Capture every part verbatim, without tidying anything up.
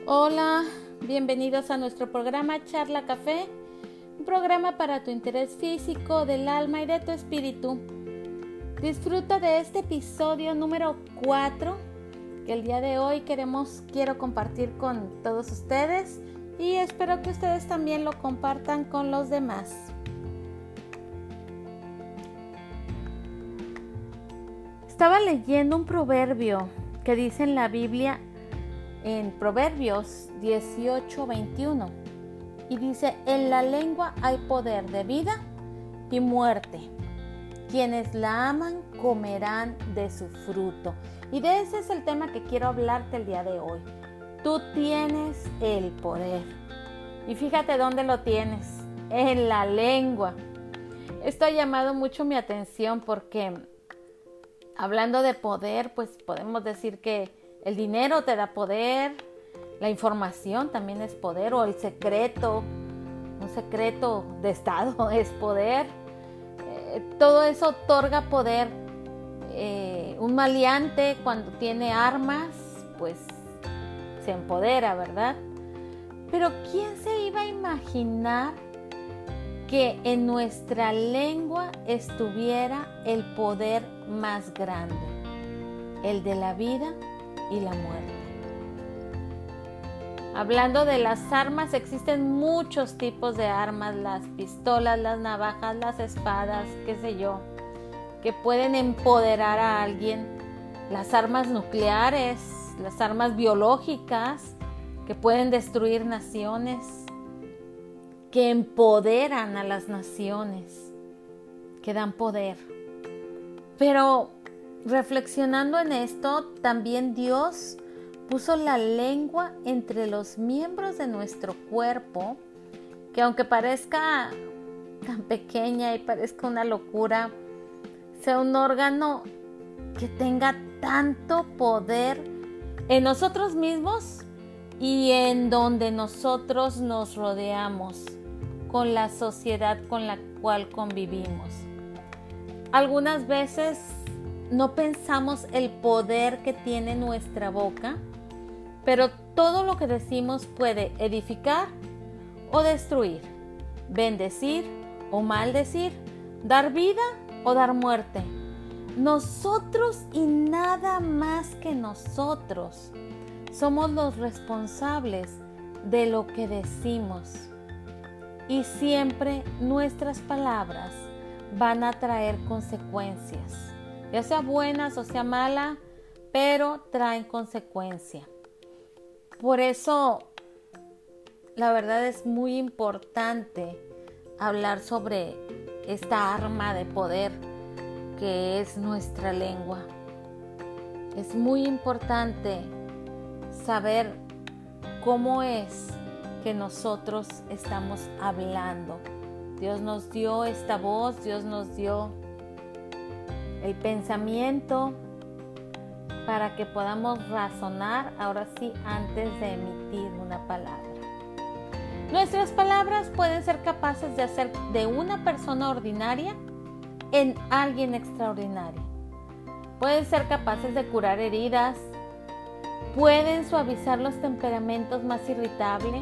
Hola, bienvenidos a nuestro programa Charla Café, un programa para tu interés físico, del alma y de tu espíritu. Disfruta de este episodio número cuatro que el día de hoy queremos, quiero compartir con todos ustedes y espero que ustedes también lo compartan con los demás. Estaba leyendo un proverbio que dice en la Biblia, en Proverbios dieciocho veintiuno, y dice: en la lengua hay poder de vida y muerte. Quienes la aman comerán de su fruto. Y de ese es el tema que quiero hablarte el día de hoy. Tú tienes el poder. Y fíjate dónde lo tienes, en la lengua. Esto ha llamado mucho mi atención porque, hablando de poder, pues podemos decir que el dinero te da poder, la información también es poder, o el secreto, un secreto de estado es poder. Eh, todo eso otorga poder. Eh, un maleante cuando tiene armas, pues se empodera, ¿verdad? Pero ¿quién se iba a imaginar que en nuestra lengua estuviera el poder más grande, el de la vida y la muerte? Hablando de las armas, existen muchos tipos de armas, las pistolas, las navajas, las espadas, qué sé yo, que pueden empoderar a alguien, las armas nucleares, las armas biológicas, que pueden destruir naciones, que empoderan a las naciones, que dan poder. Pero reflexionando en esto, también Dios puso la lengua entre los miembros de nuestro cuerpo, que aunque parezca tan pequeña y parezca una locura, sea un órgano que tenga tanto poder en nosotros mismos y en donde nosotros nos rodeamos, con la sociedad con la cual convivimos. Algunas veces no pensamos el poder que tiene nuestra boca, pero todo lo que decimos puede edificar o destruir, bendecir o maldecir, dar vida o dar muerte. Nosotros y nada más que nosotros somos los responsables de lo que decimos. Y siempre nuestras palabras van a traer consecuencias, ya sea buenas o sea malas, pero traen consecuencia. Por eso, la verdad es muy importante hablar sobre esta arma de poder que es nuestra lengua. Es muy importante saber cómo es que nosotros estamos hablando. Dios nos dio esta voz, Dios nos dio el pensamiento para que podamos razonar, ahora sí, antes de emitir una palabra. Nuestras palabras pueden ser capaces de hacer de una persona ordinaria en alguien extraordinario. Pueden ser capaces de curar heridas, pueden suavizar los temperamentos más irritables,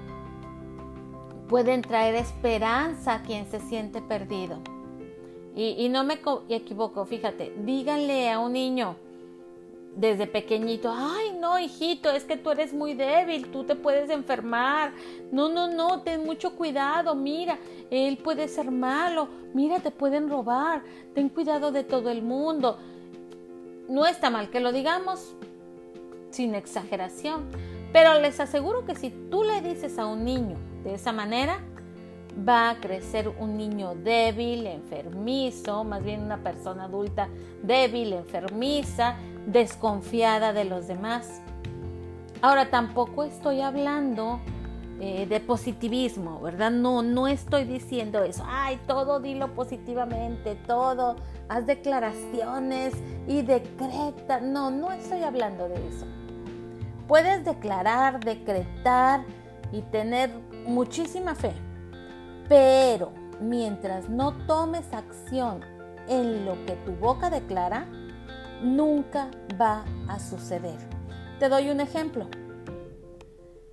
pueden traer esperanza a quien se siente perdido. Y, y no me equivoco, fíjate, díganle a un niño desde pequeñito: ay no, hijito, es que tú eres muy débil, tú te puedes enfermar, no, no, no, ten mucho cuidado, mira, él puede ser malo, mira, te pueden robar, ten cuidado de todo el mundo. No está mal que lo digamos sin exageración, pero les aseguro que si tú le dices a un niño de esa manera, va a crecer un niño débil, enfermizo, más bien una persona adulta débil, enfermiza, desconfiada de los demás. Ahora, tampoco estoy hablando eh, de positivismo, ¿verdad? No, no estoy diciendo eso. Ay, todo dilo positivamente, todo, haz declaraciones y decreta. No, no estoy hablando de eso. Puedes declarar, decretar y tener muchísima fe, pero mientras no tomes acción en lo que tu boca declara, nunca va a suceder. Te doy un ejemplo.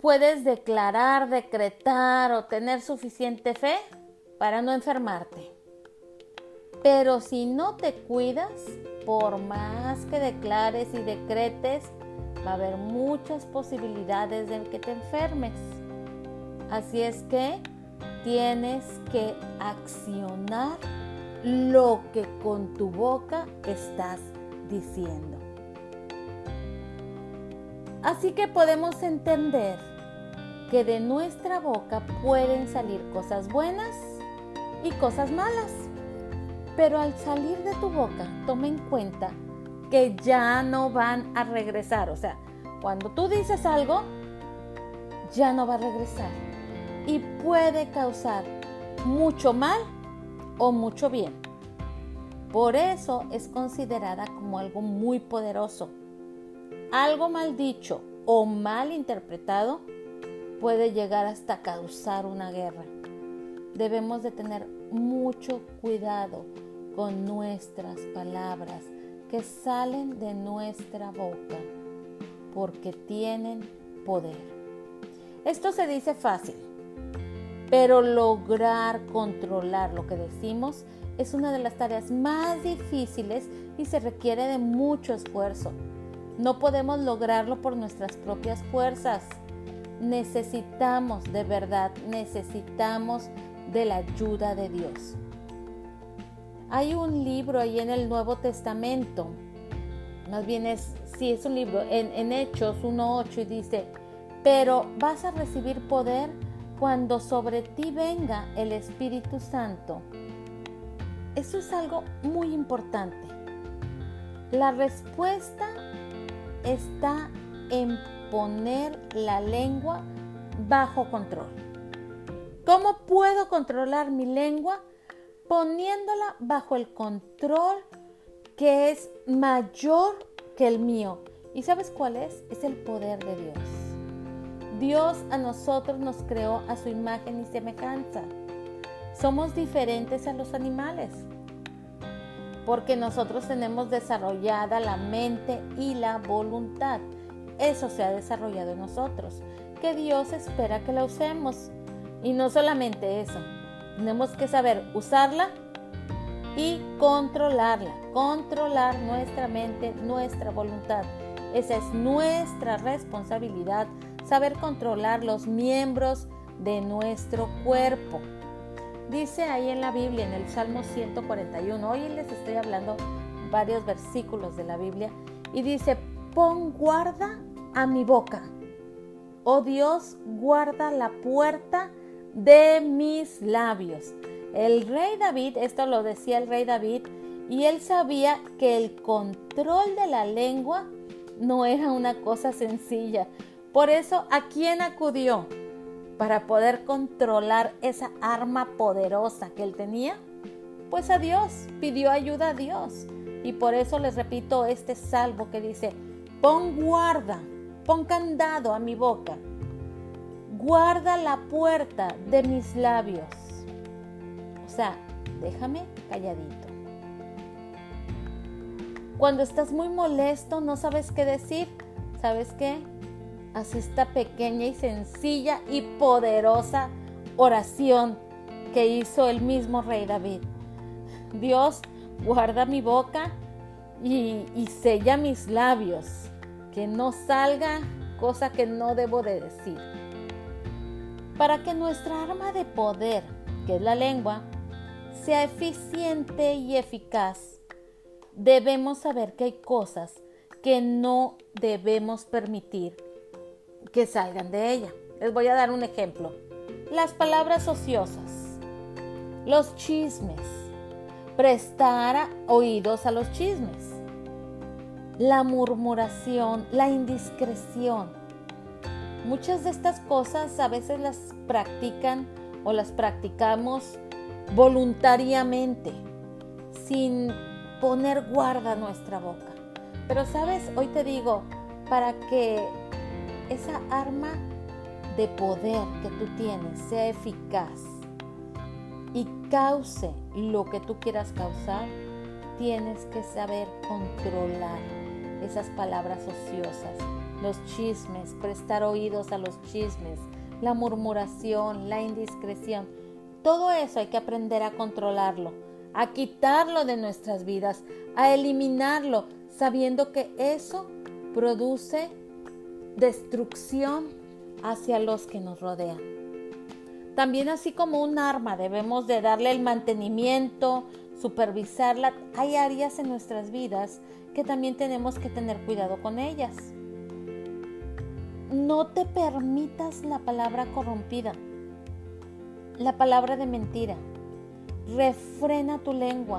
puedes declarar, decretar o tener suficiente fe para no enfermarte. Pero si no te cuidas, por más que declares y decretes, va a haber muchas posibilidades de que te enfermes. Así es que tienes que accionar lo que con tu boca estás diciendo. Así que podemos entender que de nuestra boca pueden salir cosas buenas y cosas malas. Pero al salir de tu boca, toma en cuenta que ya no van a regresar. O sea, cuando tú dices algo, ya no va a regresar. Y puede causar mucho mal o mucho bien. Por eso es considerada como algo muy poderoso. Algo mal dicho o mal interpretado puede llegar hasta causar una guerra. Debemos de tener mucho cuidado con nuestras palabras que salen de nuestra boca, porque tienen poder. Esto se dice fácil, pero lograr controlar lo que decimos es una de las tareas más difíciles y se requiere de mucho esfuerzo. No podemos lograrlo por nuestras propias fuerzas. Necesitamos, de verdad, necesitamos de la ayuda de Dios. Hay un libro ahí en el Nuevo Testamento, más bien es, sí, es un libro, en, en Hechos uno ocho, y dice: pero vas a recibir poder cuando sobre ti venga el Espíritu Santo. Eso es algo muy importante. La respuesta está en poner la lengua bajo control. ¿Cómo puedo controlar mi lengua? Poniéndola bajo el control que es mayor que el mío. ¿Y sabes cuál es? Es el poder de Dios. Dios a nosotros nos creó a su imagen y semejanza. Somos diferentes a los animales, porque nosotros tenemos desarrollada la mente y la voluntad. Eso se ha desarrollado en nosotros, que Dios espera que la usemos. Y no solamente eso, tenemos que saber usarla y controlarla, controlar nuestra mente, nuestra voluntad. Esa es nuestra responsabilidad, saber controlar los miembros de nuestro cuerpo. Dice ahí en la Biblia, en el Salmo ciento cuarenta y uno, hoy les estoy hablando varios versículos de la Biblia, y dice: pon guarda a mi boca, oh Dios, guarda la puerta de mis labios. El rey David, esto lo decía el rey David, y él sabía que el control de la lengua no era una cosa sencilla. Por eso, ¿a quién acudió para poder controlar esa arma poderosa que él tenía? Pues a Dios, pidió ayuda a Dios. Y por eso les repito este salmo que dice: pon guarda, pon candado a mi boca, guarda la puerta de mis labios. O sea, déjame calladito. Cuando estás muy molesto, no sabes qué decir, ¿sabes qué? Haz esta pequeña y sencilla y poderosa oración que hizo el mismo rey David. Dios, guarda mi boca y, y sella mis labios, que no salga cosa que no debo de decir. Para que nuestra arma de poder, que es la lengua, sea eficiente y eficaz, debemos saber que hay cosas que no debemos permitir que salgan de ella. Les voy a dar un ejemplo. Las palabras ociosas, los chismes, prestar oídos a los chismes, la murmuración, la indiscreción. Muchas de estas cosas a veces las practican o las practicamos voluntariamente, sin poner guarda a nuestra boca. Pero sabes, hoy te digo, para que esa arma de poder que tú tienes sea eficaz y cause lo que tú quieras causar, tienes que saber controlar esas palabras ociosas, los chismes, prestar oídos a los chismes, la murmuración, la indiscreción. Todo eso hay que aprender a controlarlo, a quitarlo de nuestras vidas, a eliminarlo, sabiendo que eso produce destrucción hacia los que nos rodean. También, así como un arma, debemos de darle el mantenimiento, supervisarla. Hay áreas en nuestras vidas que también tenemos que tener cuidado con ellas. No te permitas la palabra corrompida, la palabra de mentira. Refrena tu lengua.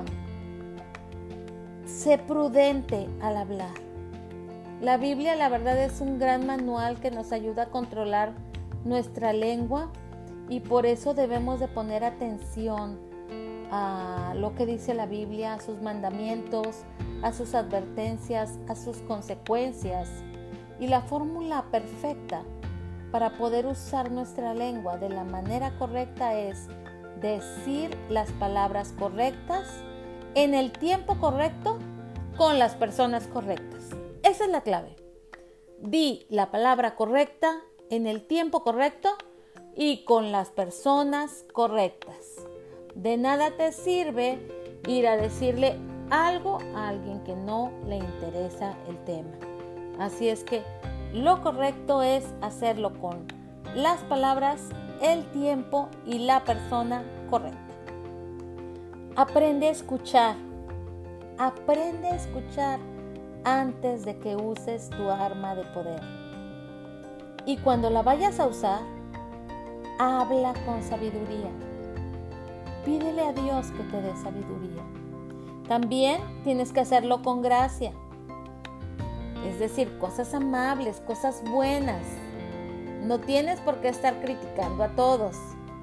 Sé prudente al hablar. La Biblia, la verdad, es un gran manual que nos ayuda a controlar nuestra lengua, y por eso debemos de poner atención a lo que dice la Biblia, a sus mandamientos, a sus advertencias, a sus consecuencias. Y la fórmula perfecta para poder usar nuestra lengua de la manera correcta es decir las palabras correctas en el tiempo correcto con las personas correctas. Esa es la clave. Di la palabra correcta en el tiempo correcto y con las personas correctas. De nada te sirve ir a decirle algo a alguien que no le interesa el tema. Así es que lo correcto es hacerlo con las palabras, el tiempo y la persona correcta. Aprende a escuchar. Aprende a escuchar antes de que uses tu arma de poder. Y cuando la vayas a usar, habla con sabiduría. Pídele a Dios que te dé sabiduría. También tienes que hacerlo con gracia. Es decir, cosas amables, cosas buenas. No tienes por qué estar criticando a todos.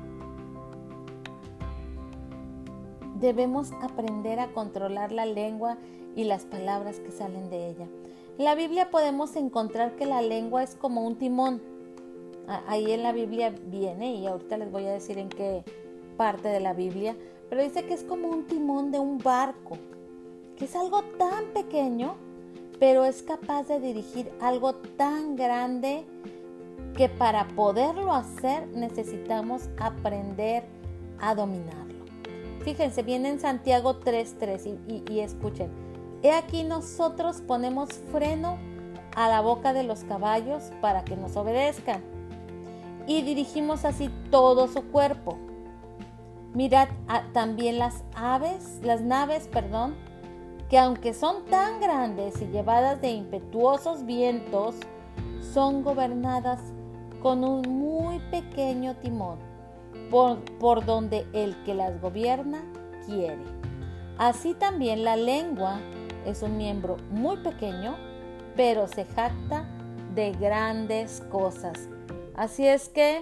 Debemos aprender a controlar la lengua y las palabras que salen de ella. En la Biblia podemos encontrar que la lengua es como un timón. Ahí en la Biblia viene, y ahorita les voy a decir en qué parte de la Biblia, pero dice que es como un timón de un barco, que es algo tan pequeño, pero es capaz de dirigir algo tan grande que para poderlo hacer necesitamos aprender a dominarlo. Fíjense, viene en Santiago tres tres y, y, y escuchen. He aquí nosotros ponemos freno a la boca de los caballos para que nos obedezcan, y dirigimos así todo su cuerpo. Mirad a, también las aves, las naves, perdón, que aunque son tan grandes y llevadas de impetuosos vientos, son gobernadas con un muy pequeño timón, por, por donde el que las gobierna quiere. Así también la lengua es un miembro muy pequeño, pero se jacta de grandes cosas. Así es que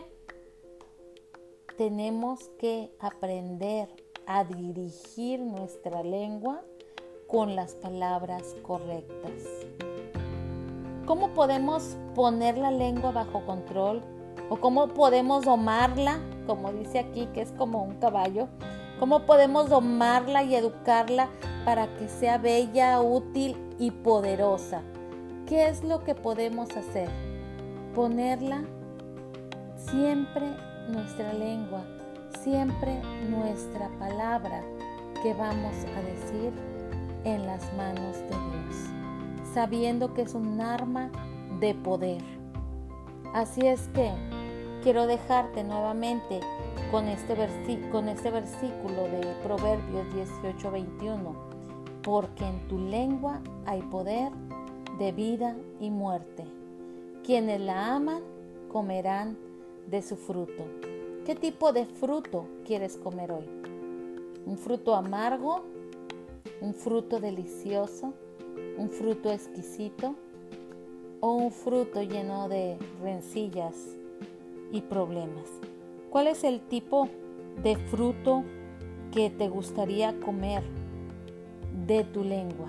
tenemos que aprender a dirigir nuestra lengua con las palabras correctas. ¿Cómo podemos poner la lengua bajo control? ¿O cómo podemos domarla? Como dice aquí, que es como un caballo. ¿Cómo podemos domarla y educarla para que sea bella, útil y poderosa? ¿Qué es lo que podemos hacer? Ponerla siempre, nuestra lengua, siempre nuestra palabra que vamos a decir en las manos de Dios, sabiendo que es un arma de poder. Así es que quiero dejarte nuevamente con este, versi- con este versículo de Proverbios dieciocho veintiuno, porque en tu lengua hay poder de vida y muerte. Quienes la aman comerán de su fruto. ¿Qué tipo de fruto quieres comer hoy? ¿Un fruto amargo? ¿Un fruto delicioso? ¿Un fruto exquisito? ¿O un fruto lleno de rencillas y problemas? ¿Cuál es el tipo de fruto que te gustaría comer de tu lengua?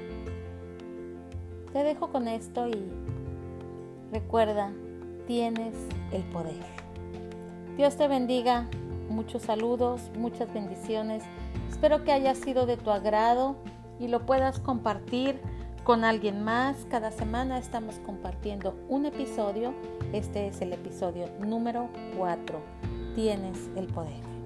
Te dejo con esto y recuerda, tienes el poder. Dios te bendiga, muchos saludos, muchas bendiciones. Espero que haya sido de tu agrado y lo puedas compartir con alguien más. Cada semana estamos compartiendo un episodio. Este es el episodio número cuatro. Tienes el poder.